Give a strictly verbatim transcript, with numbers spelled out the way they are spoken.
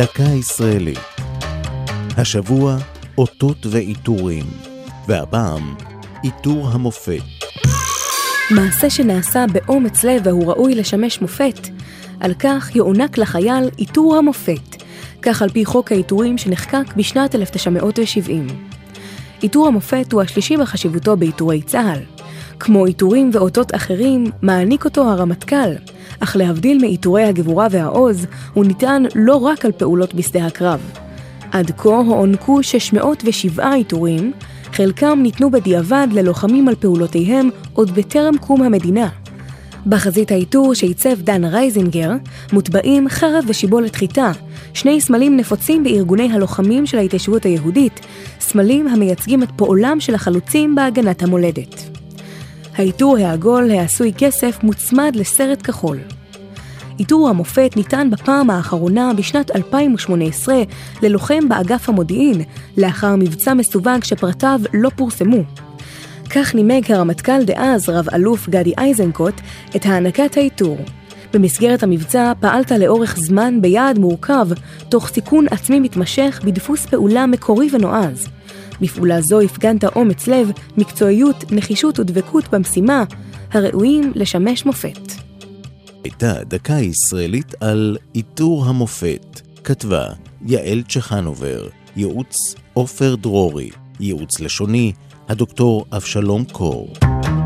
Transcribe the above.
דקה ישראלית. השבוע אותות ועיטורים, והפעם עיטור המופת. מעשה שנעשה באומץ לב והוא ראוי לשמש מופת, על כך יוענק לחייל עיטור המופת, כך על פי חוק העיטורים שנחקק בשנת אלף תשע מאות שבעים. עיטור המופת הוא השלישי בחשיבותו בעיטורי צה"ל. כמו עיטורים ואותות אחרים, מעניק אותו הרמטכ"ל, אך להבדיל מעיטורי הגבורה והעוז, הוא ניתן לא רק על פעולות בשדה הקרב. עד כה הוענקו שש מאות ושבע עיטורים, חלקם ניתנו בדיעבד ללוחמים על פעולותיהם עוד בטרם קום המדינה. בחזית העיטור שעיצב דן רייזינגר, מוטבעים חרב ושיבולת חיטה, שני סמלים נפוצים בארגוני הלוחמים של ההתיישבות היהודית, סמלים המייצגים את פועלם של החלוצים בהגנת המולדת. העיטור העגול העשוי כסף מוצמד לסרט כחול. עיטור המופת ניתן בפעם האחרונה בשנת אלפיים ושמונה עשרה ללוחם באגף המודיעין, לאחר מבצע מסווג שפרטיו לא פורסמו. כך נימק הרמטכ"ל דאז רב אלוף גדי איזנקוט את הענקת העיטור. במסגרת המבצע פעלת לאורך זמן ביעד מורכב, תוך סיכון עצמי מתמשך בדפוס פעולה מקורי ונועז. בפעולה זו הפגנת אומץ לב, מקצועיות, נחישות ודבקות במשימה, הראויים לשמש מופת. הייתה דקה ישראלית על עיטור המופת. כתבה יעל צ'חנובר, ייעוץ עופר דרורי, ייעוץ לשוני הדוקטור אבשלום קור.